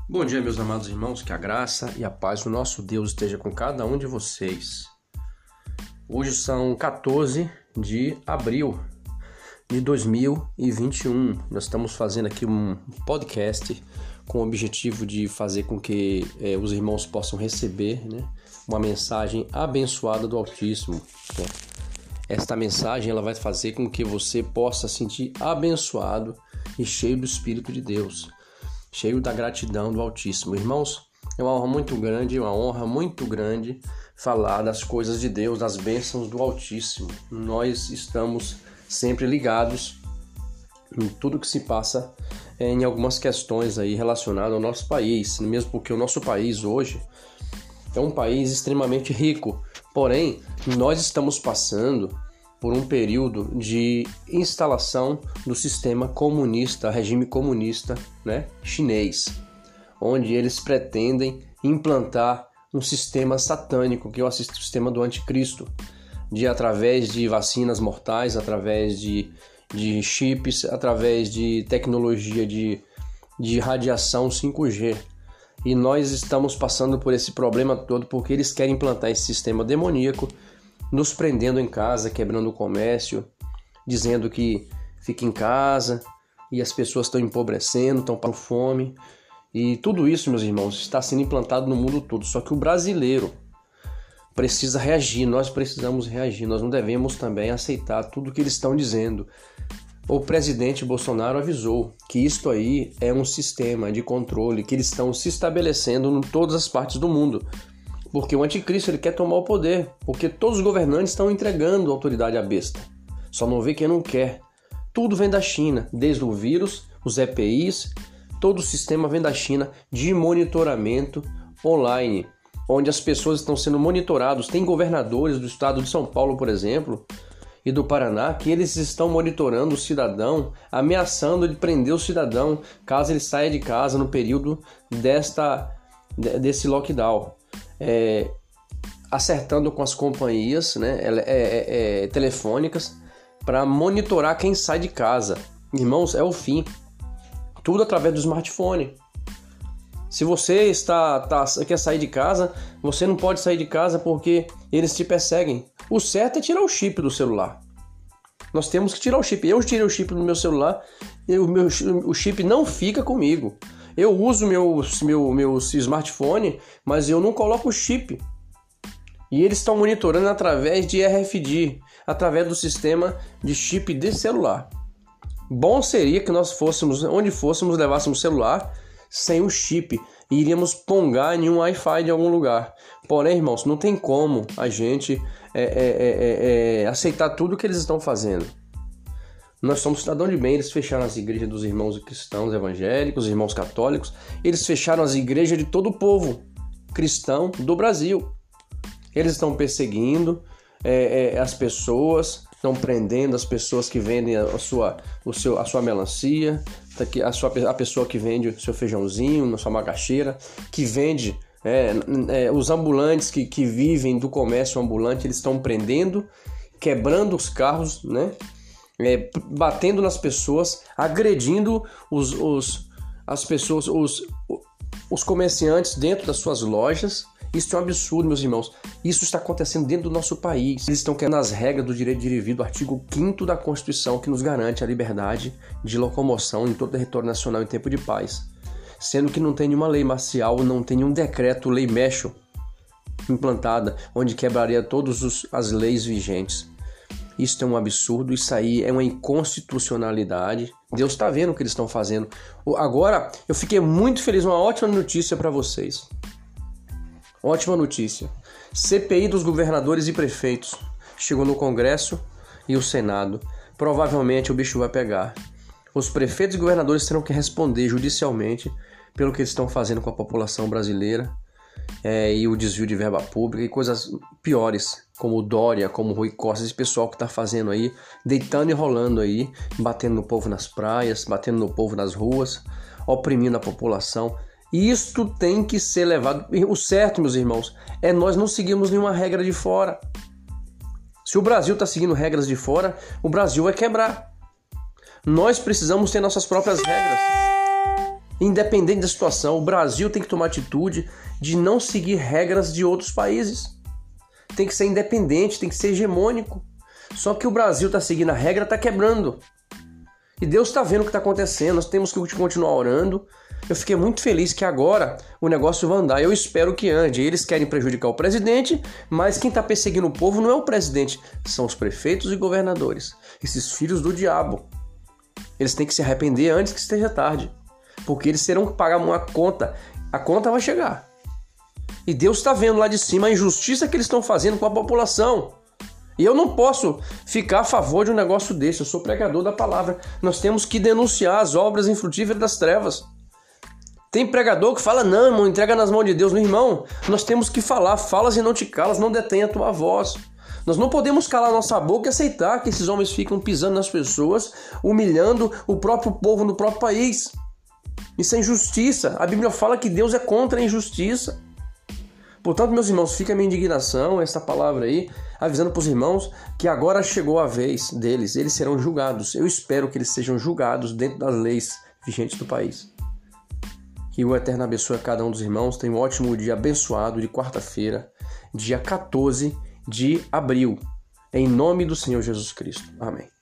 Bom dia, meus amados irmãos, que a graça e a paz do nosso Deus esteja com cada um de vocês. Hoje são 14 de abril de 2021. Nós estamos fazendo aqui um podcast com o objetivo de fazer com que os irmãos possam receber, uma mensagem abençoada do Altíssimo. Esta mensagem ela vai fazer com que você possa sentir abençoado e cheio do Espírito de Deus, cheio da gratidão do Altíssimo. Irmãos, é uma honra muito grande falar das coisas de Deus, das bênçãos do Altíssimo. Nós estamos sempre ligados em tudo que se passa em algumas questões aí relacionadas ao nosso país, mesmo porque o nosso país hoje é um país extremamente rico, porém nós estamos passando por um período de instalação do sistema comunista, regime comunista, chinês, onde eles pretendem implantar um sistema satânico, que é o sistema do anticristo, através de vacinas mortais, através de chips, através de tecnologia de radiação 5G. E nós estamos passando por esse problema todo porque eles querem implantar esse sistema demoníaco, nos prendendo em casa, quebrando o comércio, dizendo que fica em casa e as pessoas estão empobrecendo, estão com fome. E tudo isso, meus irmãos, está sendo implantado no mundo todo. Só que o brasileiro precisa reagir, nós precisamos reagir. Nós não devemos também aceitar tudo que eles estão dizendo. O presidente Bolsonaro avisou que isto aí é um sistema de controle que eles estão se estabelecendo em todas as partes do mundo. Porque o anticristo ele quer tomar o poder, porque todos os governantes estão entregando a autoridade à besta. Só não vê quem não quer. Tudo vem da China, desde o vírus, os EPIs, todo o sistema vem da China de monitoramento online, onde as pessoas estão sendo monitoradas. Tem governadores do estado de São Paulo, por exemplo, e do Paraná, que eles estão monitorando o cidadão, ameaçando de prender o cidadão caso ele saia de casa no período desse lockdown. Acertando com as companhias telefônicas para monitorar quem sai de casa. Irmãos, é o fim. Tudo através do smartphone. Se você quer sair de casa, você não pode sair de casa porque eles te perseguem. O certo é tirar o chip do celular. Nós temos que tirar o chip. Eu tirei o chip do meu celular e o chip não fica comigo. Eu uso meu smartphone, mas eu não coloco o chip. E eles estão monitorando através de RFID, através do sistema de chip de celular. Bom seria que nós onde fôssemos, levássemos celular sem o chip e iríamos pongar em um Wi-Fi de algum lugar. Porém, irmãos, não tem como a gente aceitar tudo que eles estão fazendo. Nós somos cidadãos de bem, eles fecharam as igrejas dos irmãos cristãos evangélicos, irmãos católicos, eles fecharam as igrejas de todo o povo cristão do Brasil. Eles estão perseguindo as pessoas, estão prendendo as pessoas que vendem a sua melancia, a pessoa que vende o seu feijãozinho, a sua macaxeira, que vende os ambulantes que vivem do comércio ambulante, eles estão prendendo, quebrando os carros, batendo nas pessoas, agredindo as pessoas, os comerciantes dentro das suas lojas. Isso é um absurdo, meus irmãos. Isso está acontecendo dentro do nosso país. Eles estão quebrando as regras do direito de ir e vir do artigo 5º da Constituição, que nos garante a liberdade de locomoção em todo o território nacional em tempo de paz. Sendo que não tem nenhuma lei marcial, não tem nenhum decreto, lei Mechel, implantada, onde quebraria todas as leis vigentes. Isso é um absurdo, isso aí é uma inconstitucionalidade. Deus está vendo o que eles estão fazendo. Agora, eu fiquei muito feliz, uma ótima notícia para vocês. Ótima notícia. CPI dos governadores e prefeitos. Chegou no Congresso e o Senado. Provavelmente o bicho vai pegar. Os prefeitos e governadores terão que responder judicialmente pelo que eles estão fazendo com a população brasileira. E o desvio de verba pública e coisas piores, como o Dória, como o Rui Costa, esse pessoal que está fazendo aí, deitando e rolando aí, batendo no povo nas praias, batendo no povo nas ruas, oprimindo a população. Isto tem que ser levado. O certo, meus irmãos, é nós não seguirmos nenhuma regra de fora. Se o Brasil está seguindo regras de fora, o Brasil vai quebrar. Nós precisamos ter nossas próprias regras. Independente da situação, o Brasil tem que tomar atitude de não seguir regras de outros países. Tem que ser independente, tem que ser hegemônico. Só que o Brasil está seguindo a regra, está quebrando. E Deus está vendo o que está acontecendo, nós temos que continuar orando. Eu fiquei muito feliz que agora o negócio vai andar. Eu espero que ande. Eles querem prejudicar o presidente, mas quem está perseguindo o povo não é o presidente, são os prefeitos e governadores. Esses filhos do diabo. Eles têm que se arrepender antes que esteja tarde. Porque eles terão que pagar uma conta. A conta vai chegar. E Deus está vendo lá de cima a injustiça que eles estão fazendo com a população. E eu não posso ficar a favor de um negócio desse. Eu sou pregador da palavra. Nós temos que denunciar as obras infrutíferas das trevas. Tem pregador que fala, não, irmão, entrega nas mãos de Deus. Meu irmão, nós temos que falar. Falas e não te calas, não detém a tua voz. Nós não podemos calar nossa boca e aceitar que esses homens ficam pisando nas pessoas, humilhando o próprio povo no próprio país. Isso é injustiça. A Bíblia fala que Deus é contra a injustiça. Portanto, meus irmãos, fica a minha indignação, essa palavra aí, avisando para os irmãos que agora chegou a vez deles. Eles serão julgados. Eu espero que eles sejam julgados dentro das leis vigentes do país. Que o Eterno abençoe a cada um dos irmãos. Tenha um ótimo dia abençoado de quarta-feira, dia 14 de abril. Em nome do Senhor Jesus Cristo. Amém.